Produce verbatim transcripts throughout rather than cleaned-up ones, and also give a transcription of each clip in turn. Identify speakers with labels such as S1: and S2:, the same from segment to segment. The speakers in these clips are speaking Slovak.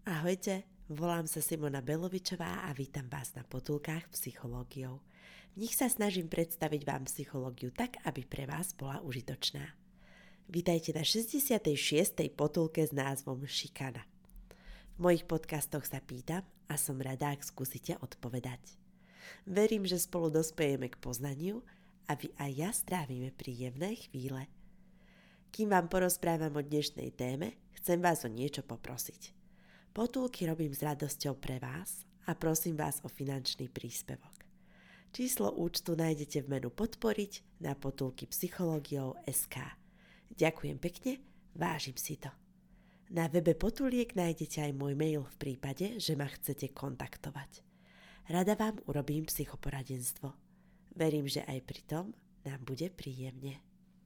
S1: Ahojte, volám sa Simona Belovičová a vítam vás na potulkách psychológiou. V nich sa snažím predstaviť vám psychológiu tak, aby pre vás bola užitočná. Vítajte na šesťdesiatej šiestej potulke s názvom Šikana. V mojich podcastoch sa pýtam a som rada, ak skúsite odpovedať. Verím, že spolu dospejeme k poznaniu a vy aj ja strávime príjemné chvíle. Kým vám porozprávam o dnešnej téme, chcem vás o niečo poprosiť. Potulky robím s radosťou pre vás a prosím vás o finančný príspevok. Číslo účtu nájdete v menu Podporiť na potulky psychológiou bodka es ká. Ďakujem pekne, vážim si to. Na webe Potuliek nájdete aj môj mail v prípade, že ma chcete kontaktovať. Rada vám urobím psychoporadenstvo. Verím, že aj pri tom nám bude príjemne.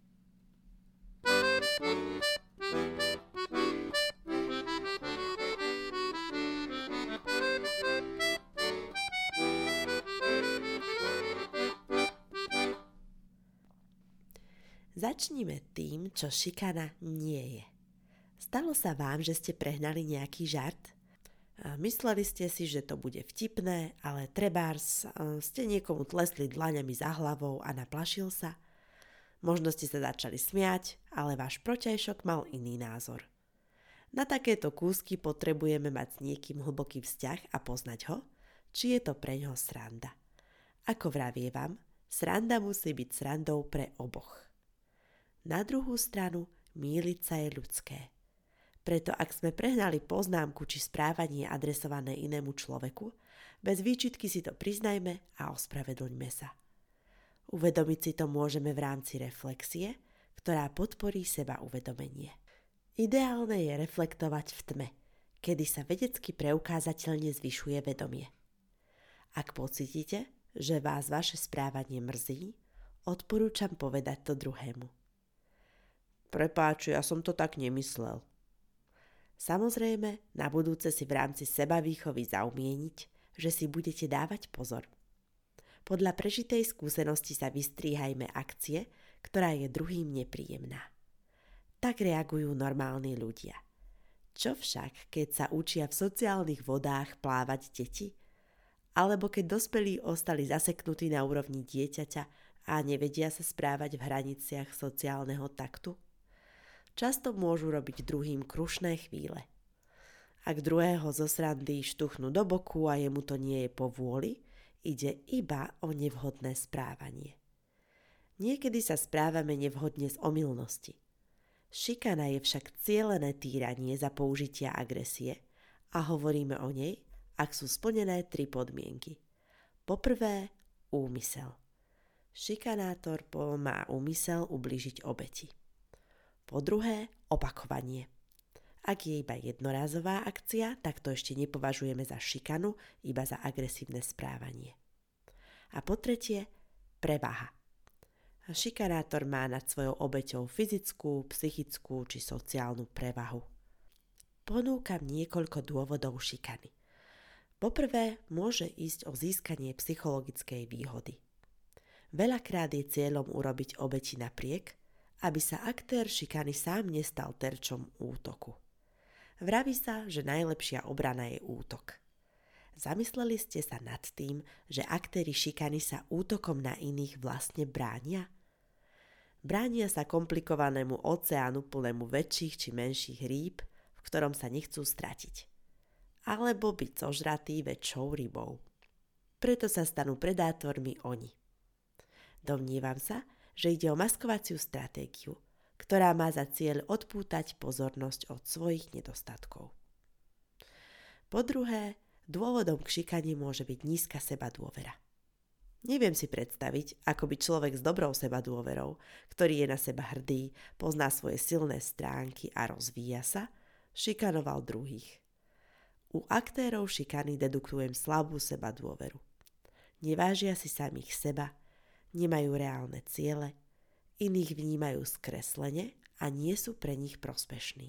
S1: Začnime tým, čo šikana nie je. Stalo sa vám, že ste prehnali nejaký žart? A mysleli ste si, že to bude vtipné, ale trebárs ste niekomu tlesli dlaňami za hlavou a naplašil sa? Možno ste sa začali smiať, ale váš protiajšok mal iný názor. Na takéto kúsky potrebujeme mať s niekým hlboký vzťah a poznať ho, či je to pre ňoho sranda. Ako vravievam, sranda musí byť srandou pre oboch. Na druhú stranu, mýliť sa je ľudské. Preto ak sme prehnali poznámku či správanie adresované inému človeku, bez výčitky si to priznajme a ospravedlňme sa. Uvedomiť si to môžeme v rámci reflexie, ktorá podporí seba uvedomenie. Ideálne je reflektovať v tme, kedy sa vedecky preukázateľne zvyšuje vedomie. Ak pocítite, že vás vaše správanie mrzí, odporúčam povedať to druhému. Prepáč, ja som to tak nemyslel. Samozrejme, na budúce si v rámci sebavýchovy zaumieniť, že si budete dávať pozor. Podľa prežitej skúsenosti sa vystríhajme akcie, ktorá je druhým nepríjemná. Tak reagujú normálni ľudia. Čo však, keď sa učia v sociálnych vodách plávať deti? Alebo keď dospelí ostali zaseknutí na úrovni dieťaťa a nevedia sa správať v hraniciach sociálneho taktu? Často môžu robiť druhým krušné chvíle. Ak druhého zo srandy štuchnú do boku a jemu to nie je po vôli, ide iba o nevhodné správanie. Niekedy sa správame nevhodne z omylnosti. Šikana je však cielené týranie za použitia agresie a hovoríme o nej, ak sú splnené tri podmienky. Po prvé, úmysel. Šikanátor má úmysel ublížiť obeti. Po druhé, opakovanie. Ak je iba jednorázová akcia, tak to ešte nepovažujeme za šikanu, iba za agresívne správanie. A po tretie, prevaha. Šikanátor má nad svojou obeťou fyzickú, psychickú či sociálnu prevahu. Ponúkam niekoľko dôvodov šikany. Poprvé, môže ísť o získanie psychologickej výhody. Veľakrát je cieľom urobiť obeti napriek, aby sa aktér šikany sám nestal terčom útoku. Vraví sa, že najlepšia obrana je útok. Zamysleli ste sa nad tým, že aktéri šikany sa útokom na iných vlastne bránia? Bránia sa komplikovanému oceánu plnému väčších či menších rýb, v ktorom sa nechcú stratiť. Alebo byť zožratý väčšou rybou. Preto sa stanú predátormi oni. Domnievam sa, že ide o maskovaciu stratégiu, ktorá má za cieľ odpútať pozornosť od svojich nedostatkov. Po druhé, dôvodom k šikane môže byť nízka sebadôvera. Neviem si predstaviť, ako by človek s dobrou sebadôverou, ktorý je na seba hrdý, pozná svoje silné stránky a rozvíja sa, šikanoval druhých. U aktérov šikany deduktujem slabú sebadôveru. Nevážia si samých seba, nemajú reálne ciele, iných vnímajú skreslene a nie sú pre nich prospešní.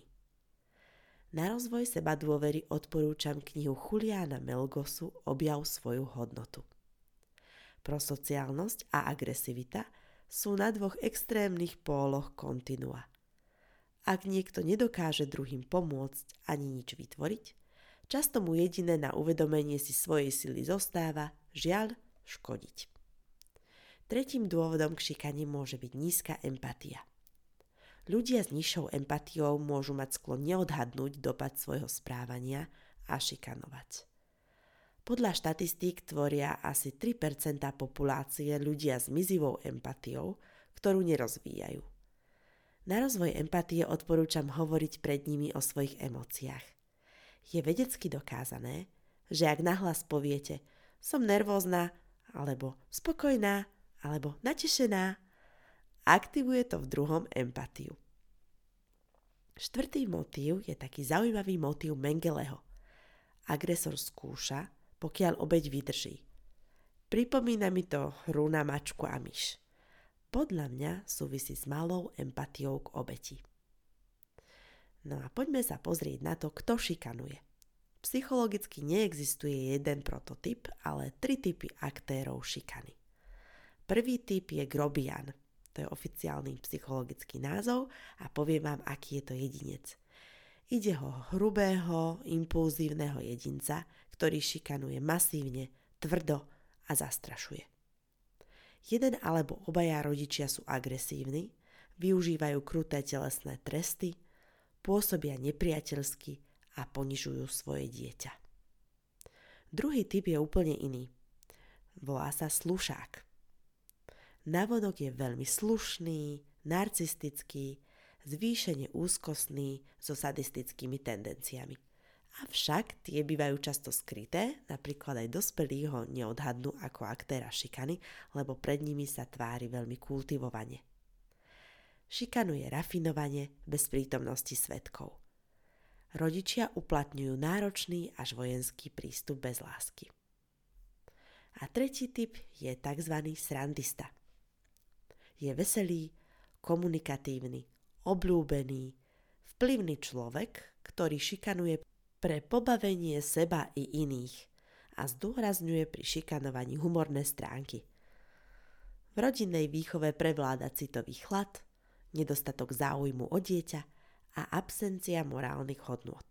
S1: Na rozvoj sebadôvery odporúčam knihu Juliana Melgosu Objav svoju hodnotu. Prosociálnosť a agresivita sú na dvoch extrémnych póloch kontinua. Ak niekto nedokáže druhým pomôcť ani nič vytvoriť, Často mu jediné na uvedomenie si svojej sily zostáva, žiaľ, škodiť. Tretím dôvodom k šikane môže byť nízka empatia. Ľudia s nižšou empatiou môžu mať sklon neodhadnúť dopad svojho správania a šikanovať. Podľa štatistík tvoria asi tri percentá populácie ľudia s mizivou empatiou, ktorú nerozvíjajú. Na rozvoj empatie odporúčam hovoriť pred nimi o svojich emóciách. Je vedecky dokázané, že ak nahlas poviete som nervózna, alebo spokojná, alebo natešená, aktivuje to v druhom empatiu. Štvrtý motív je taký zaujímavý motív Mengeleho. Agresor skúša, pokiaľ obeť vydrží. Pripomína mi to hru na mačku a myš. Podľa mňa súvisí s malou empatiou k obeti. No a poďme sa pozrieť na to, kto šikanuje. Psychologicky neexistuje jeden prototyp, ale tri typy aktérov šikany. Prvý typ je grobian. To je oficiálny psychologický názov a poviem vám, aký je to jedinec. Ide ho hrubého, impulzívneho jedinca, ktorý šikanuje masívne, tvrdo a zastrašuje. Jeden alebo obaja rodičia sú agresívni, využívajú kruté telesné tresty, pôsobia nepriateľsky a ponižujú svoje dieťa. Druhý typ je úplne iný. Volá sa slušák. Navonok je veľmi slušný, narcistický, zvýšene úzkostný so sadistickými tendenciami. Avšak tie bývajú často skryté, napríklad aj dospelí ho neodhadnú ako aktéra šikany, lebo pred nimi sa tvári veľmi kultivovane. Šikanuje rafinovane bez prítomnosti svedkov. Rodičia uplatňujú náročný až vojenský prístup bez lásky. A tretí typ je tzv. Srandista. Je veselý, komunikatívny, obľúbený, vplyvný človek, ktorý šikanuje pre pobavenie seba i iných a zdôrazňuje pri šikanovaní humorné stránky. V rodinnej výchove prevláda citový chlad, nedostatok záujmu o dieťa a absencia morálnych hodnôt.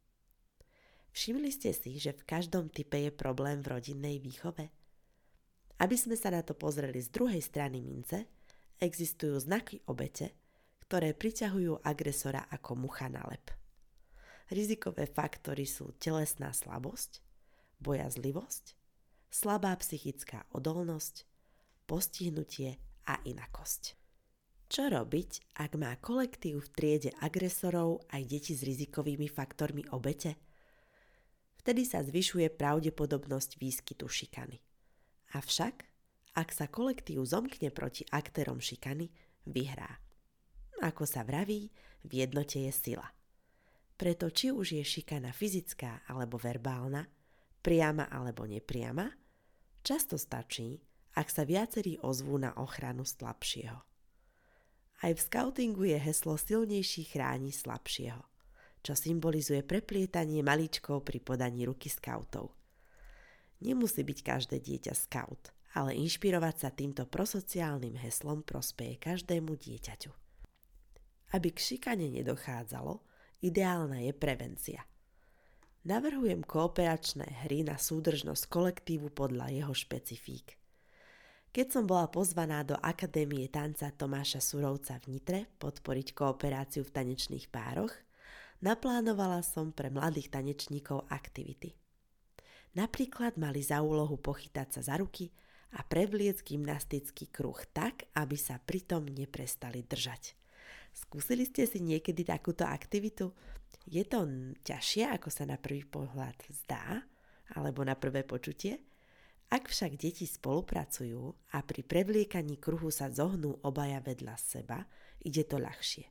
S1: Všimli ste si, že v každom type je problém v rodinnej výchove? Aby sme sa na to pozreli z druhej strany mince, existujú znaky obete, ktoré priťahujú agresora ako mucha na lep. Rizikové faktory sú telesná slabosť, bojazlivosť, slabá psychická odolnosť, postihnutie a inakosť. Čo robiť, ak má kolektív v triede agresorov aj deti s rizikovými faktormi obete? Vtedy sa zvyšuje pravdepodobnosť výskytu šikany. Avšak, ak sa kolektív zomkne proti aktérom šikany, vyhrá. Ako sa vraví, v jednote je sila. Preto či už je šikana fyzická alebo verbálna, priama alebo nepriama, často stačí, ak sa viacerí ozvú na ochranu slabšieho. Aj v skautingu je heslo silnejší chráni slabšieho, čo symbolizuje preplietanie maličkov pri podaní ruky skautov. Nemusí byť každé dieťa skaut, ale inšpirovať sa týmto prosociálnym heslom prospeje každému dieťaťu. Aby k šikane nedochádzalo, ideálna je prevencia. Navrhujem kooperačné hry na súdržnosť kolektívu podľa jeho špecifík. Keď som bola pozvaná do Akadémie tanca Tomáša Surovca v Nitre podporiť kooperáciu v tanečných pároch, naplánovala som pre mladých tanečníkov aktivity. Napríklad mali za úlohu pochytať sa za ruky a prevliec gymnastický kruh tak, aby sa pritom neprestali držať. Skúsili ste si niekedy takúto aktivitu? Je to ťažšie, ako sa na prvý pohľad zdá, alebo na prvé počutie? Ak však deti spolupracujú a pri prevliekaní kruhu sa zohnú obaja vedľa seba, ide to ľahšie.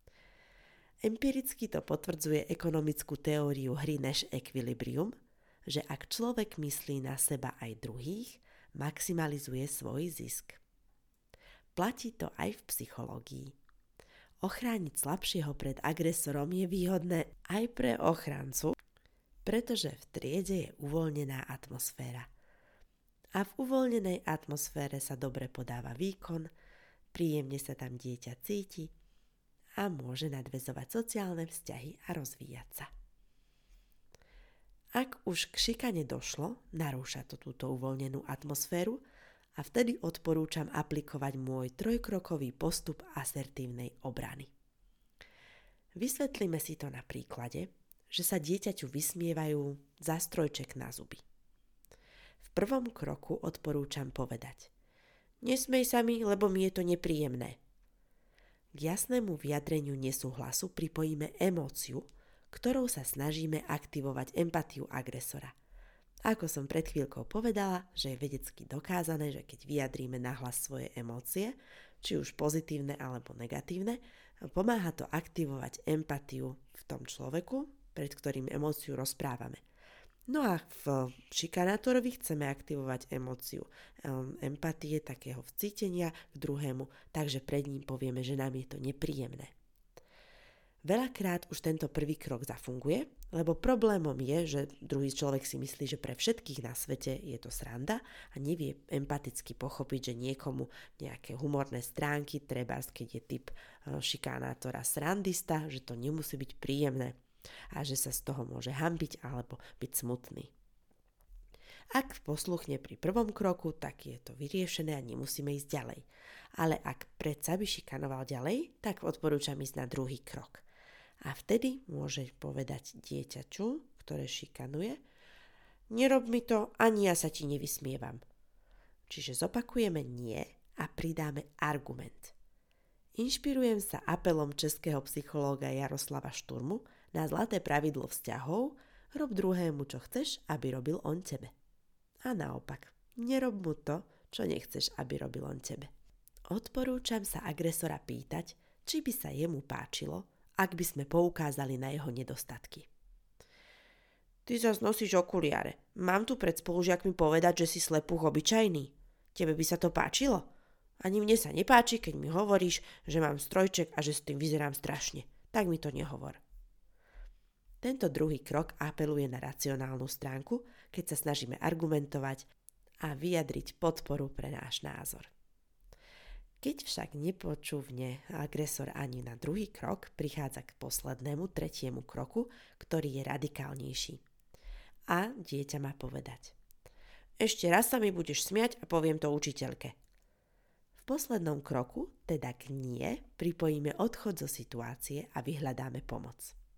S1: Empiricky to potvrdzuje ekonomickú teóriu hry Nash Equilibrium, že ak človek myslí na seba aj druhých, maximalizuje svoj zisk. Platí to aj v psychológii. Ochrániť slabšieho pred agresorom je výhodné aj pre ochrancu, pretože v triede je uvoľnená atmosféra. A v uvoľnenej atmosfére sa dobre podáva výkon, príjemne sa tam dieťa cíti a môže nadväzovať sociálne vzťahy a rozvíjať sa. Ak už k šikane došlo, narúša to túto uvoľnenú atmosféru a vtedy odporúčam aplikovať môj trojkrokový postup asertívnej obrany. Vysvetlíme si to na príklade, že sa dieťaťu vysmievajú zástrojček na zuby. V prvom kroku odporúčam povedať: nesmej sa mi, lebo mi je to nepríjemné. K jasnému vyjadreniu nesúhlasu pripojíme emóciu, ktorou sa snažíme aktivovať empatiu agresora. Ako som pred chvíľkou povedala, že je vedecky dokázané, že keď vyjadríme nahlas svoje emócie, či už pozitívne alebo negatívne, pomáha to aktivovať empatiu v tom človeku, pred ktorým emóciu rozprávame. No a v šikanátorovi chceme aktivovať emóciu um, empatie, takého vcítenia k druhému, takže pred ním povieme, že nám je to nepríjemné. Veľakrát už tento prvý krok zafunguje, lebo problémom je, že druhý človek si myslí, že pre všetkých na svete je to sranda a nevie empaticky pochopiť, že niekomu nejaké humorné stránky, trebárs keď je typ šikanátora srandista, že to nemusí byť príjemné a že sa z toho môže hanbiť alebo byť smutný. Ak posluchne pri prvom kroku, tak je to vyriešené a nemusíme ísť ďalej. Ale ak predsa by šikanoval ďalej, tak odporúčam ísť na druhý krok. A vtedy môže povedať dieťaču, ktoré šikanuje: nerob mi to, ani ja sa ti nevysmievam. Čiže zopakujeme nie a pridáme argument. Inšpirujem sa apelom českého psychológa Jaroslava Šturmu na zlaté pravidlo vzťahov: rob druhému, čo chceš, aby robil on tebe. A naopak, nerob mu to, čo nechceš, aby robil on tebe. Odporúčam sa agresora pýtať, či by sa jemu páčilo, ak by sme poukázali na jeho nedostatky. Ty zas nosíš okuliare. Mám tu pred spolužiakmi povedať, že si slepúch obyčajný. Tebe by sa to páčilo? Ani mne sa nepáči, keď mi hovoríš, že mám strojček a že s tým vyzerám strašne. Tak mi to nehovor. Tento druhý krok apeluje na racionálnu stránku, keď sa snažíme argumentovať a vyjadriť podporu pre náš názor. Keď však nepočúvne agresor ani na druhý krok, prichádza k poslednému, tretiemu kroku, ktorý je radikálnejší. A dieťa má povedať: ešte raz sa mi budeš smiať a poviem to učiteľke. V poslednom kroku, teda k nie, pripojíme odchod zo situácie a vyhľadáme pomoc.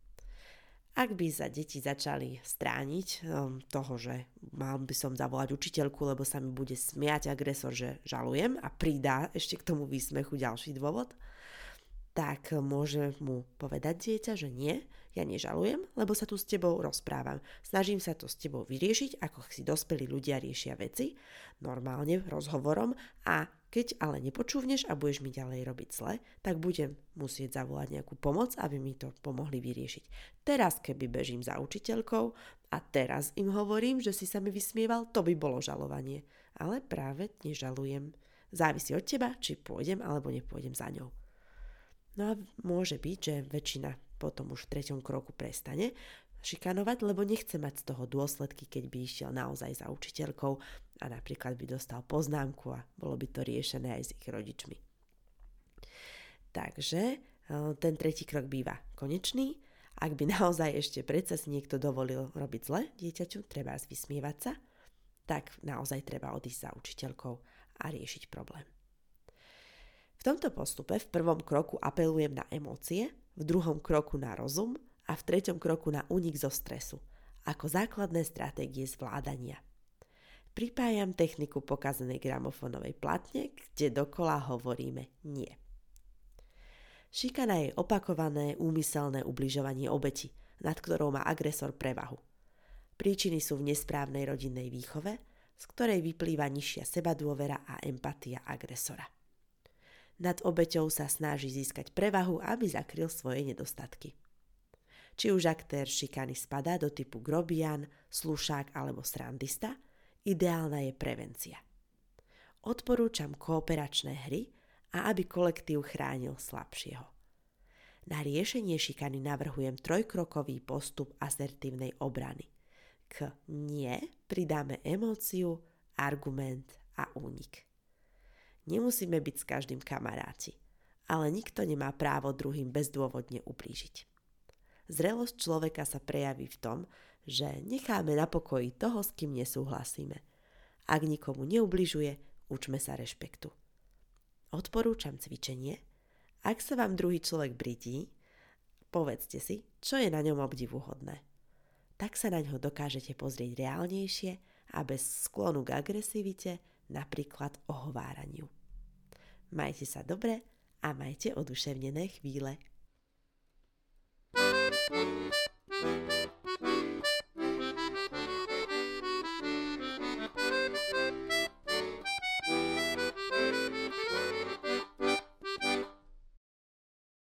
S1: Ak by sa deti začali strániť um, toho, že mal by som zavolať učiteľku, lebo sa mi bude smiať agresor, že žalujem, a pridá ešte k tomu výsmechu ďalší dôvod, tak môže mu povedať dieťa, že nie, ja nežalujem, lebo sa tu s tebou rozprávam. Snažím sa to s tebou vyriešiť, ako si dospelí ľudia riešia veci, normálne rozhovorom, a keď ale nepočúvneš a budeš mi ďalej robiť zle, tak budem musieť zavolať nejakú pomoc, aby mi to pomohli vyriešiť. Teraz, keby bežím za učiteľkou a teraz im hovorím, že si sa mi vysmieval, to by bolo žalovanie. Ale práve nežalujem. Závisí od teba, či pôjdem alebo nepôjdem za ňou. No a môže byť, že väčšina potom už v treťom kroku prestane šikanovať, lebo nechce mať z toho dôsledky, keď by išiel naozaj za učiteľkou a napríklad by dostal poznámku a bolo by to riešené aj s ich rodičmi. Takže ten tretí krok býva konečný. Ak by naozaj ešte predsa si niekto dovolil robiť zle dieťaťu, treba vysmievať sa, tak naozaj treba odísť za učiteľkou a riešiť problém. V tomto postupe v prvom kroku apelujem na emócie, v druhom kroku na rozum a v treťom kroku na únik zo stresu, ako základné stratégie zvládania. Pripájam techniku pokazanej gramofónovej platne, kde dokola hovoríme nie. Šikana je opakované úmyselné ubližovanie obeti, nad ktorou má agresor prevahu. Príčiny sú v nesprávnej rodinnej výchove, z ktorej vyplýva nižšia sebadôvera a empatia agresora. Nad obeťou sa snaží získať prevahu, aby zakryl svoje nedostatky. Či už aktér šikany spadá do typu grobian, slušák alebo srandista, ideálna je prevencia. Odporúčam kooperačné hry a aby kolektív chránil slabšieho. Na riešenie šikany navrhujem trojkrokový postup asertívnej obrany. K nie pridáme emóciu, argument a únik. Nemusíme byť s každým kamaráti, ale nikto nemá právo druhým bezdôvodne ublížiť. Zrelosť človeka sa prejaví v tom, že necháme na pokoji toho, s kým nesúhlasíme. Ak nikomu neubližuje, učme sa rešpektu. Odporúčam cvičenie. Ak sa vám druhý človek bridí, povedzte si, čo je na ňom obdivuhodné. Tak sa na ňo dokážete pozrieť reálnejšie a bez sklonu k agresivite, napríklad ohováraniu. Majte sa dobre a majte oduševnené chvíle.